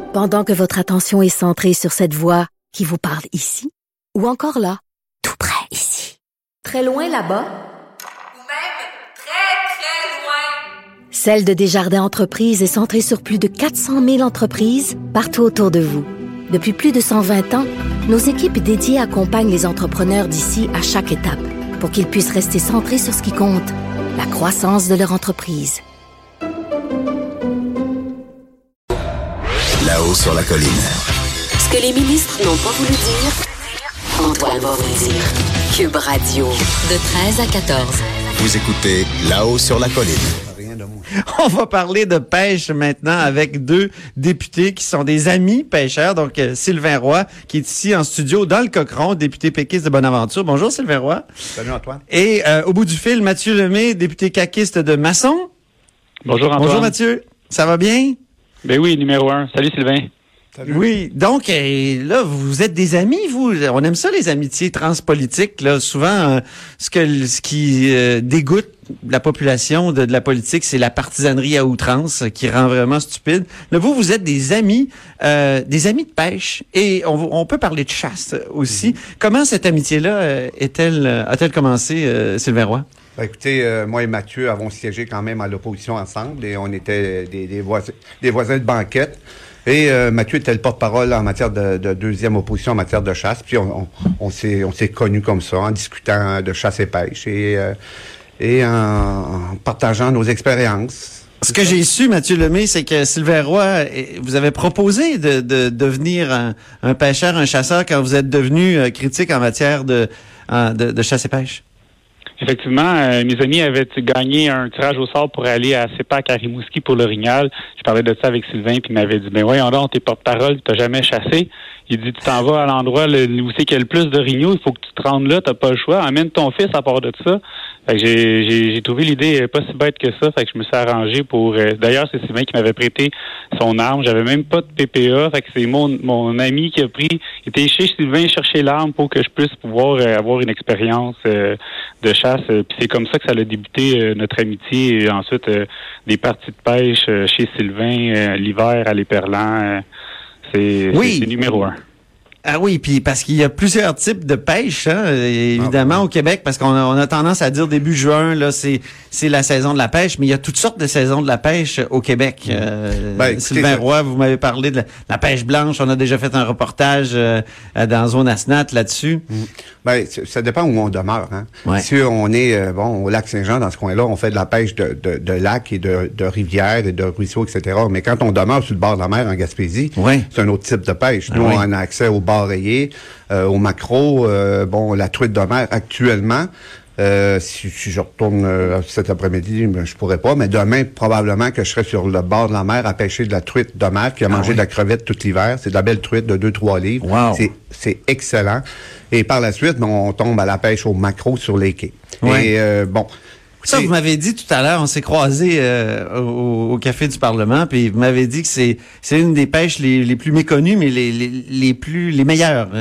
Pendant que votre attention est centrée sur cette voix qui vous parle ici, ou encore là, tout près ici, très loin là-bas, ou même très, très loin. Celle de Desjardins Entreprises est centrée sur plus de 400 000 entreprises partout autour de vous. Depuis plus de 120 ans, nos équipes dédiées accompagnent les entrepreneurs d'ici à chaque étape pour qu'ils puissent rester centrés sur ce qui compte, la croissance de leur entreprise. Là-haut sur la colline. Ce que les ministres n'ont pas voulu dire, Antoine va vous dire. Cube Radio, de 13 à 14. Vous écoutez Là-haut sur la colline. On va parler de pêche maintenant avec deux députés qui sont des amis pêcheurs. Donc, Sylvain Roy, qui est ici en studio dans le Cochron, député péquiste de Bonaventure. Bonjour, Sylvain Roy. Salut, Antoine. Et au bout du fil, Mathieu Lemay, député caquiste de Masson. Bonjour, Antoine. Bonjour, Mathieu. Ça va bien? Ben oui, numéro 1. Salut, Sylvain. Salut. Oui, donc là, vous êtes des amis, vous. On aime ça, les amitiés transpolitiques. Là, souvent, ce qui dégoûte la population de la politique, c'est la partisanerie à outrance qui rend vraiment stupide. Là, vous êtes des amis de pêche, et on peut parler de chasse aussi. Comment cette amitié-là a-t-elle commencé, Sylvain Roy? Ben, écoutez, moi et Mathieu avons siégé quand même à l'opposition ensemble et on était des voisins de banquette. Et Mathieu était le porte-parole en matière de deuxième opposition en matière de chasse. Puis on s'est connus comme ça, en discutant de chasse et pêche et en partageant nos expériences. Ce que j'ai su, Mathieu Lemay, c'est que Sylvain Roy, vous avez proposé de devenir un pêcheur, un chasseur, quand vous êtes devenu critique en matière de chasse et pêche. Effectivement, mes amis avaient gagné un tirage au sort pour aller à CEPAC à Rimouski pour l'Orignal. Je parlais de ça avec Sylvain, puis il m'avait dit, ben voyons donc, t'es porte-parole, t'as jamais chassé. Il dit, tu t'en vas à l'endroit où c'est qu'il y a le plus d'orignaux, il faut que tu te rendes là, t'as pas le choix. Amène ton fils à part de ça. Fait que j'ai trouvé l'idée pas si bête que ça. Fait que je me suis arrangé pour... d'ailleurs, c'est Sylvain qui m'avait prêté son arme. J'avais même pas de PPA. Fait que c'est mon ami qui a était chez Sylvain chercher l'arme pour que je puisse pouvoir avoir une expérience de chasse. Puis c'est comme ça que ça a débuté notre amitié. Et ensuite, des parties de pêche chez Sylvain l'hiver à l'Éperlan. C'est numéro 1. Ah oui, puis parce qu'il y a plusieurs types de pêche, hein, évidemment, au Québec, parce qu'on a tendance à dire début juin, là, c'est la saison de la pêche, mais il y a toutes sortes de saisons de la pêche au Québec. Écoutez, Sylvain Roy, vous m'avez parlé de la pêche blanche, on a déjà fait un reportage dans Zone Asnat là-dessus. Ben, ça dépend où on demeure. Hein. Ouais. Si on est au lac Saint-Jean, dans ce coin-là, on fait de la pêche de lacs et de rivières et de ruisseaux, etc. Mais quand on demeure sur le bord de la mer en Gaspésie, c'est un autre type de pêche. Nous, on a accès au bar rayé, au maquereau, la truite de mer actuellement. Si je retourne cet après-midi, je pourrais pas, mais demain, probablement que je serai sur le bord de la mer à pêcher de la truite de mer qui a mangé de la crevette tout l'hiver. C'est de la belle truite de 2-3 livres. Wow. C'est excellent. Et par la suite, on tombe à la pêche au maquereau sur les quais. Ouais. Et ça, vous m'avez dit tout à l'heure, on s'est croisés au Café du Parlement, puis vous m'avez dit que c'est une des pêches les plus méconnues, mais les meilleures.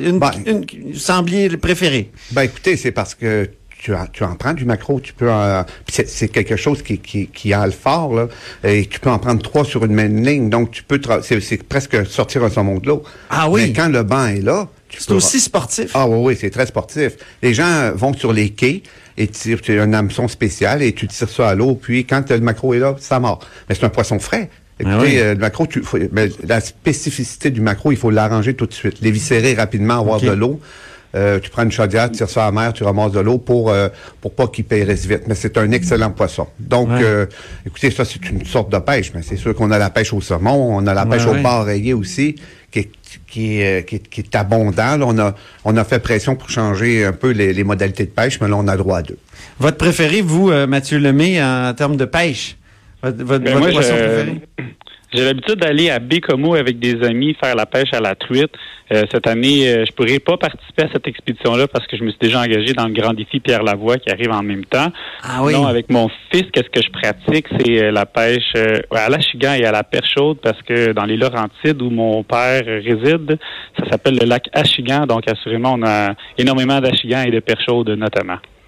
Sembliez le préféré. Ben écoutez, c'est parce que tu en prends du maquereau, tu peux c'est quelque chose qui a le fort, là, et tu peux en prendre 3 sur une même ligne, donc tu peux c'est presque sortir un saumon de l'eau. Ah oui. Mais quand le banc est là, c'est aussi sportif. Ah oui, c'est très sportif. Les gens vont sur les quais et tirent un hameçon spécial et tu tires ça à l'eau, puis quand le maquereau est là, ça mord. Mais c'est un poisson frais. Écoutez, le maquereau, la spécificité du maquereau, il faut l'arranger tout de suite, l'éviscérer rapidement, avoir de l'eau. Tu prends une chaudière, tu tires ça à la mer, tu ramasses de l'eau pour pas qu'il périsse vite. Mais c'est un excellent poisson. Donc, écoutez, ça, c'est une sorte de pêche. Mais c'est sûr qu'on a la pêche au saumon, on a la pêche au bar rayé aussi, qui est abondant. Là, on a fait pression pour changer un peu les modalités de pêche, mais là, on a droit à 2. Votre préféré, vous, Mathieu Lemay, en termes de pêche? Votre poisson préféré? J'ai l'habitude d'aller à Bécomo avec des amis faire la pêche à la truite. Cette année, je pourrais pas participer à cette expédition-là parce que je me suis déjà engagé dans le grand défi Pierre Lavoie qui arrive en même temps. Ah oui. Sinon, avec mon fils, qu'est-ce que je pratique? C'est la pêche à l'achigan et à la perche chaude parce que dans les Laurentides où mon père réside, ça s'appelle le lac Achigan. Donc, assurément, on a énormément d'achigans et de perche chaude notamment.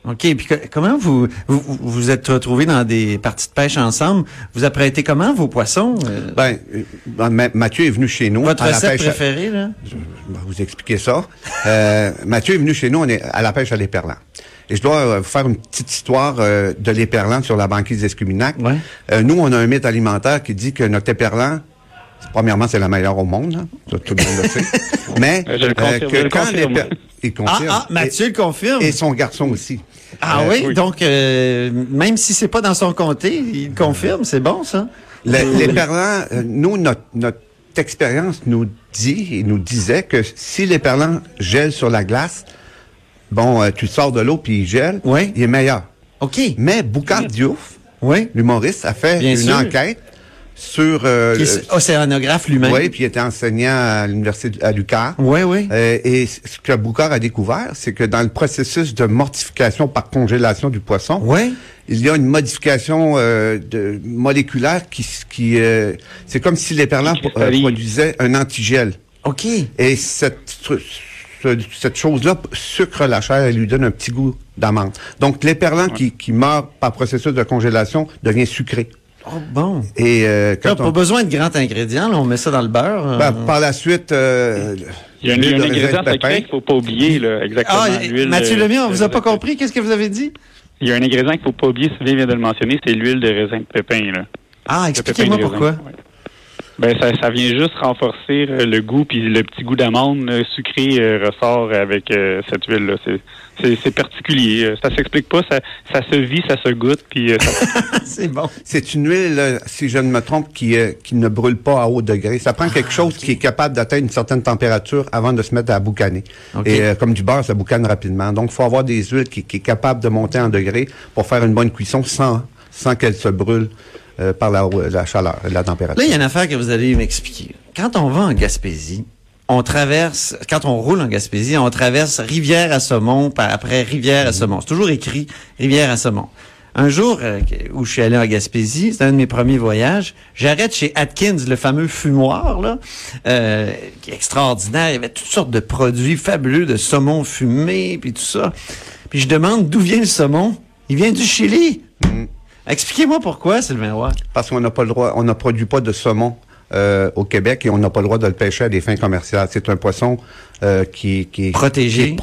OK. Puis comment vous êtes retrouvés dans des parties de pêche ensemble? Vous apprêtez comment vos poissons? Mathieu est venu chez nous. Votre à la recette pêche préférée, là? Je vais vous expliquer ça. Mathieu est venu chez nous, on est à la pêche à l'éperlan. Et je dois vous faire une petite histoire de l'éperlan sur la banquise d'Escuminac. Ouais. Nous, on a un mythe alimentaire qui dit que notre éperlan, premièrement, c'est la meilleure au monde. Hein. Ça, tout le monde le sait. Mais que quand il confirme. Mathieu le confirme. Et son garçon aussi. Oui, donc même si c'est pas dans son comté, il le confirme, c'est bon ça. L'éperlan, nous, notre expérience nous disait que si l'éperlan gèle sur la glace, tu sors de l'eau puis il gèle, il est meilleur. OK. Mais Boucard Diouf, l'humoriste, a fait une enquête sur... océanographe lui-même. Oui, puis il était enseignant à l'université à l'UQAM. Oui. Et ce que Boucard a découvert, c'est que dans le processus de mortification par congélation du poisson, il y a une modification moléculaire qui c'est comme si l'éperlan produisait un antigel. OK. Et cette chose-là sucre la chair et lui donne un petit goût d'amande. Donc, l'éperlan qui meurt par processus de congélation devient sucré. Oh, bon. Et pas besoin de grands ingrédients, là, on met ça dans le beurre. Par la suite, il y a un ingrédient secret qu'il faut pas oublier, là, exactement. L'huile, Mathieu Lemay, on vous a pas compris. Qu'est-ce que vous avez dit? Il y a un ingrédient qu'il faut pas oublier, Sylvain vient de le mentionner, c'est l'huile de raisin de pépin, là. Expliquez-moi pourquoi. Ça vient juste renforcer le goût, puis le petit goût d'amande sucré ressort avec cette huile-là. C'est particulier. Ça s'explique pas, ça se vit, ça se goûte, puis c'est bon. C'est une huile, si je ne me trompe, qui ne brûle pas à haut degré. Ça prend quelque chose qui est capable d'atteindre une certaine température avant de se mettre à boucaner. Okay. Et comme du beurre, ça boucane rapidement. Donc, il faut avoir des huiles qui est capable de monter en degré pour faire une bonne cuisson sans qu'elle se brûle. Par la chaleur, la température. Là, il y a une affaire que vous allez m'expliquer. Quand on va en Gaspésie, quand on roule en Gaspésie, on traverse rivière à saumon, après rivière à saumon. C'est toujours écrit rivière à saumon. Un jour où je suis allé en Gaspésie, c'est un de mes premiers voyages, j'arrête chez Atkins, le fameux fumoir, là, qui est extraordinaire. Il y avait toutes sortes de produits fabuleux, de saumon fumé, puis tout ça. Puis je demande d'où vient le saumon. Il vient du Chili. Expliquez-moi pourquoi, Sylvain Roy. Parce qu'on n'a pas le droit, on ne produit pas de saumon au Québec et on n'a pas le droit de le pêcher à des fins commerciales. C'est un poisson qui est protégé.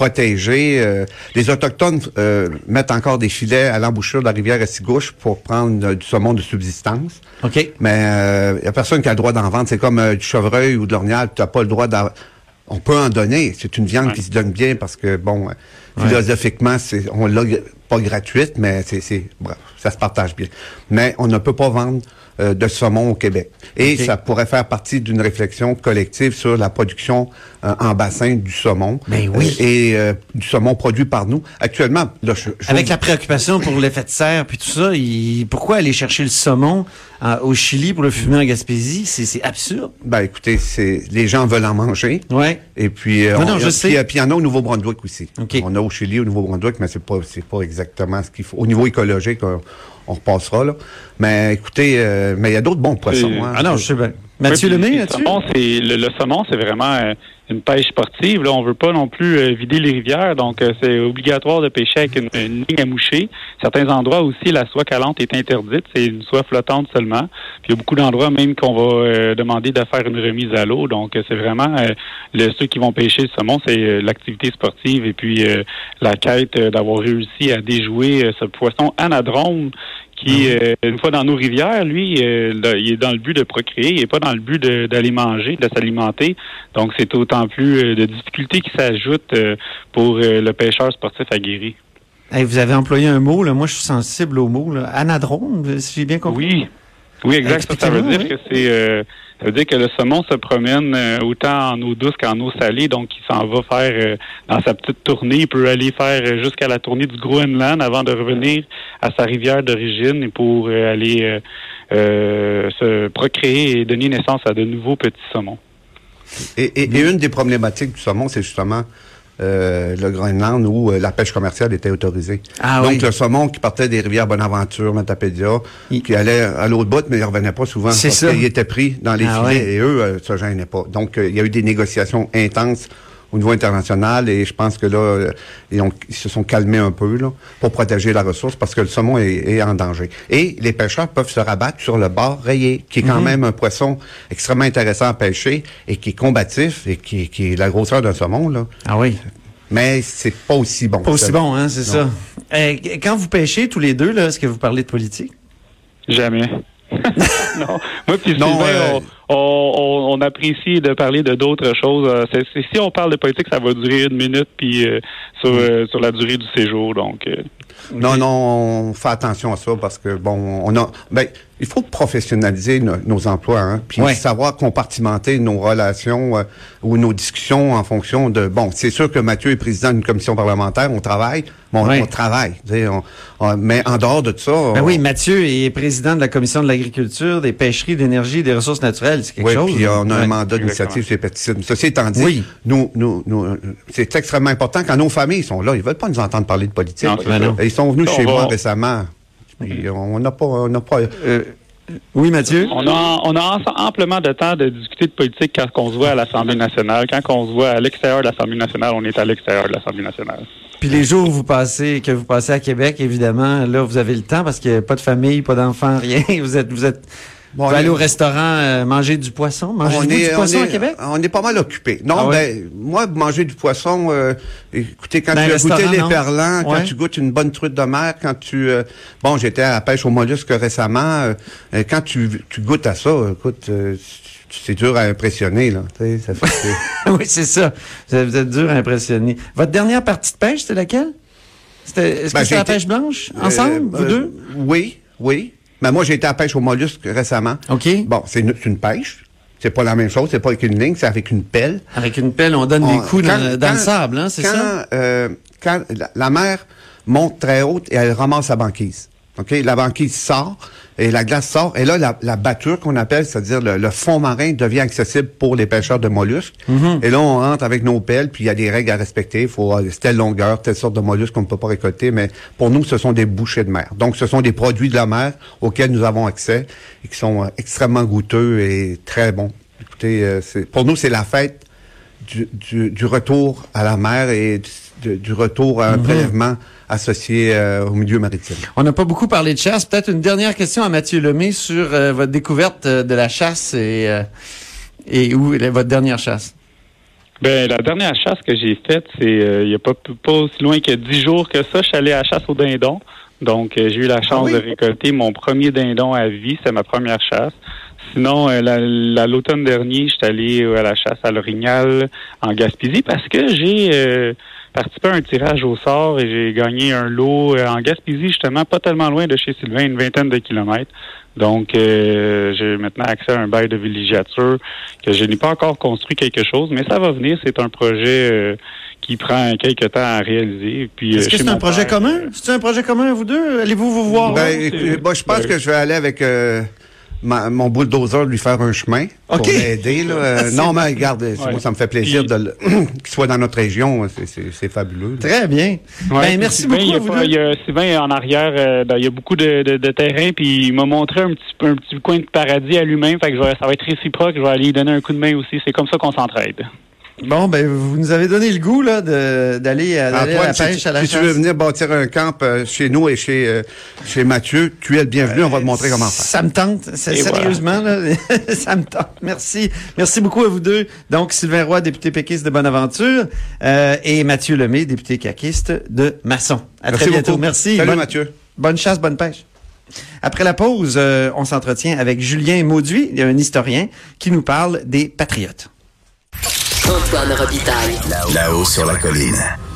Les Autochtones mettent encore des filets à l'embouchure de la rivière Essigouche pour prendre du saumon de subsistance. OK. Mais il n'y a personne qui a le droit d'en vendre. C'est comme du chevreuil ou de l'orignal. Tu n'as pas le droit d'en... On peut en donner. C'est une viande qui se donne bien parce que, philosophiquement, on l'a pas gratuite, mais bref, ça se partage bien. Mais on ne peut pas vendre de saumon au Québec. Et ça pourrait faire partie d'une réflexion collective sur la production en bassin du saumon. Et du saumon produit par nous. Actuellement, là, avec la préoccupation pour l'effet de serre puis tout ça, pourquoi aller chercher le saumon au Chili pour le fumer en Gaspésie? C'est absurde. Écoutez, les gens veulent en manger. Ouais. Et puis, puis il y en a au Nouveau-Brunswick aussi. Okay. On a au Chili, au Nouveau-Brunswick, mais c'est pas exactement ce qu'il faut. Au niveau écologique, on repassera, là. Mais écoutez, mais il y a d'autres bons poissons. Non, je sais bien. Mathieu Lemay, là-dessus? Le saumon, c'est vraiment une pêche sportive. Là, on veut pas non plus vider les rivières, donc c'est obligatoire de pêcher avec une ligne à moucher. Certains endroits aussi, la soie calante est interdite. C'est une soie flottante seulement. Puis il y a beaucoup d'endroits même qu'on va demander de faire une remise à l'eau. Donc c'est vraiment ceux qui vont pêcher le saumon, c'est l'activité sportive et puis la quête d'avoir réussi à déjouer ce poisson anadrome qui, une fois dans nos rivières, lui, il est dans le but de procréer, il n'est pas dans le but d'aller manger, de s'alimenter. Donc, c'est d'autant plus de difficultés qui s'ajoutent pour le pêcheur sportif aguerri. Hey, vous avez employé un mot, là. Moi, je suis sensible au mot, là. Anadrome, si j'ai bien compris. Oui, exact. Ça veut dire que ça veut dire que le saumon se promène autant en eau douce qu'en eau salée, donc il s'en va faire dans sa petite tournée. Il peut aller faire jusqu'à la tournée du Groenland avant de revenir à sa rivière d'origine pour aller se procréer et donner naissance à de nouveaux petits saumons. Et une des problématiques du saumon, c'est justement le Groenland où la pêche commerciale était autorisée. Donc, le saumon qui partait des rivières Bonaventure, Matapédia, qui allait à l'autre bout, mais il revenait pas souvent parce qu'il était pris dans les filets et eux se gênaient pas. Donc, il y a eu des négociations intenses au niveau international et je pense que là, ils se sont calmés un peu là, pour protéger la ressource parce que le saumon est en danger. Et les pêcheurs peuvent se rabattre sur le bar rayé, qui est quand même un poisson extrêmement intéressant à pêcher et qui est combatif et qui est la grosseur d'un saumon, là. Ah oui. Mais c'est pas aussi bon. Pas aussi bon, hein, c'est ça. Quand vous pêchez tous les deux, là, est-ce que vous parlez de politique? Jamais. Non. Moi puis Sylvain, on apprécie de parler de d'autres choses. Si on parle de politique, ça va durer 1 minute puis sur la durée du séjour. Donc non, on fait attention à ça parce que il faut professionnaliser nos emplois, hein, puis savoir compartimenter nos relations ou nos discussions en fonction de. Bon, c'est sûr que Mathieu est président d'une commission parlementaire, on travaille, on travaille. Mais en dehors de ça. Oui, Mathieu est président de la commission de l'agriculture, des pêcheries, de l'énergie et des ressources naturelles. C'est quelque chose. Oui, puis on a un mandat d'initiative sur les pesticides. Ceci étant dit, nous, c'est extrêmement important quand nos familles sont là. Ils veulent pas nous entendre parler de politique. Non. Ils sont venus chez moi récemment. Puis on n'a pas. Oui, Mathieu? On a amplement de temps de discuter de politique quand on se voit à l'Assemblée nationale. Quand on se voit à l'extérieur de l'Assemblée nationale, on est à l'extérieur de l'Assemblée nationale. Puis les jours que vous passez à Québec, évidemment, là, vous avez le temps parce qu'il n'y a pas de famille, pas d'enfants, rien. Vous allez au restaurant manger du poisson? Du poisson à Québec? On est pas mal occupés. Non, moi, manger du poisson, écoutez, quand tu as goûté les perlants, quand tu goûtes une bonne truite de mer, quand j'étais à la pêche aux mollusques récemment, quand tu goûtes à ça, écoute, c'est dur à impressionner, là. Ça fait oui, c'est ça. Vous êtes dur à impressionner. Votre dernière partie de pêche, c'était laquelle? Est-ce que c'était la pêche blanche? Ensemble, vous deux? Oui. Mais moi, j'ai été à la pêche aux mollusques récemment. OK. Bon, c'est une pêche. C'est pas la même chose. C'est pas avec une ligne, c'est avec une pelle. Avec une pelle, on donne des coups dans le sable, hein, c'est ça? Quand la mer monte très haute et elle ramasse la banquise. OK? La banquise sort et la glace sort. Et là, la batture qu'on appelle, c'est-à-dire le fond marin devient accessible pour les pêcheurs de mollusques. Et là, on rentre avec nos pelles, puis il y a des règles à respecter. Il faut telle longueur, telle sorte de mollusques qu'on ne peut pas récolter. Mais pour nous, ce sont des bouchées de mer. Donc, ce sont des produits de la mer auxquels nous avons accès et qui sont extrêmement goûteux et très bons. Écoutez, pour nous, c'est la fête du retour à la mer et du retour à un prélèvement associé au milieu maritime. On n'a pas beaucoup parlé de chasse. Peut-être une dernière question à Mathieu Lemay sur votre découverte de la chasse et où votre dernière chasse. La dernière chasse que j'ai faite, c'est il n'y a pas aussi loin que 10 jours que ça. Je suis allé à la chasse au dindon. Donc, j'ai eu la chance de récolter mon premier dindon à vie. C'est ma première chasse. Sinon, l'automne dernier, je suis allé à la chasse à l'orignal en Gaspésie parce que j'ai participé à un tirage au sort et j'ai gagné un lot en Gaspésie, justement, pas tellement loin de chez Sylvain, une vingtaine de kilomètres. Donc, j'ai maintenant accès à un bail de villégiature que je n'ai pas encore construit quelque chose, mais ça va venir. C'est un projet qui prend quelques temps à réaliser. Puis, est-ce que c'est un projet commun? C'est un projet commun, vous deux? Allez-vous vous voir? Je pense que je vais aller avec mon bulldozer lui faire un chemin pour l'aider. Non, mais regarde, moi, ça me fait plaisir qu'il soit dans notre région. C'est fabuleux. Très bien. Merci beaucoup à vous deux. Il y a Sylvain en arrière, il y a beaucoup de terrain, puis il m'a montré un petit coin de paradis à lui-même. Fait que ça va être réciproque. Je vais aller lui donner un coup de main aussi. C'est comme ça qu'on s'entraide. Bon, vous nous avez donné le goût là d'aller à la pêche, à la chasse. Si tu veux venir bâtir un camp chez nous et chez Mathieu, tu es le bienvenu. On va te montrer comment faire. Ça me tente. Sérieusement, là, ça me tente. Merci. Merci beaucoup à vous deux. Donc, Sylvain Roy, député péquiste de Bonaventure, et Mathieu Lemay, député caquiste de Masson. À très bientôt. Beaucoup. Merci. Salut, Mathieu. Bonne chasse, bonne pêche. Après la pause, on s'entretient avec Julien Mauduit, un historien, qui nous parle des Patriotes. Antoine Robitaille. Là-haut sur la colline.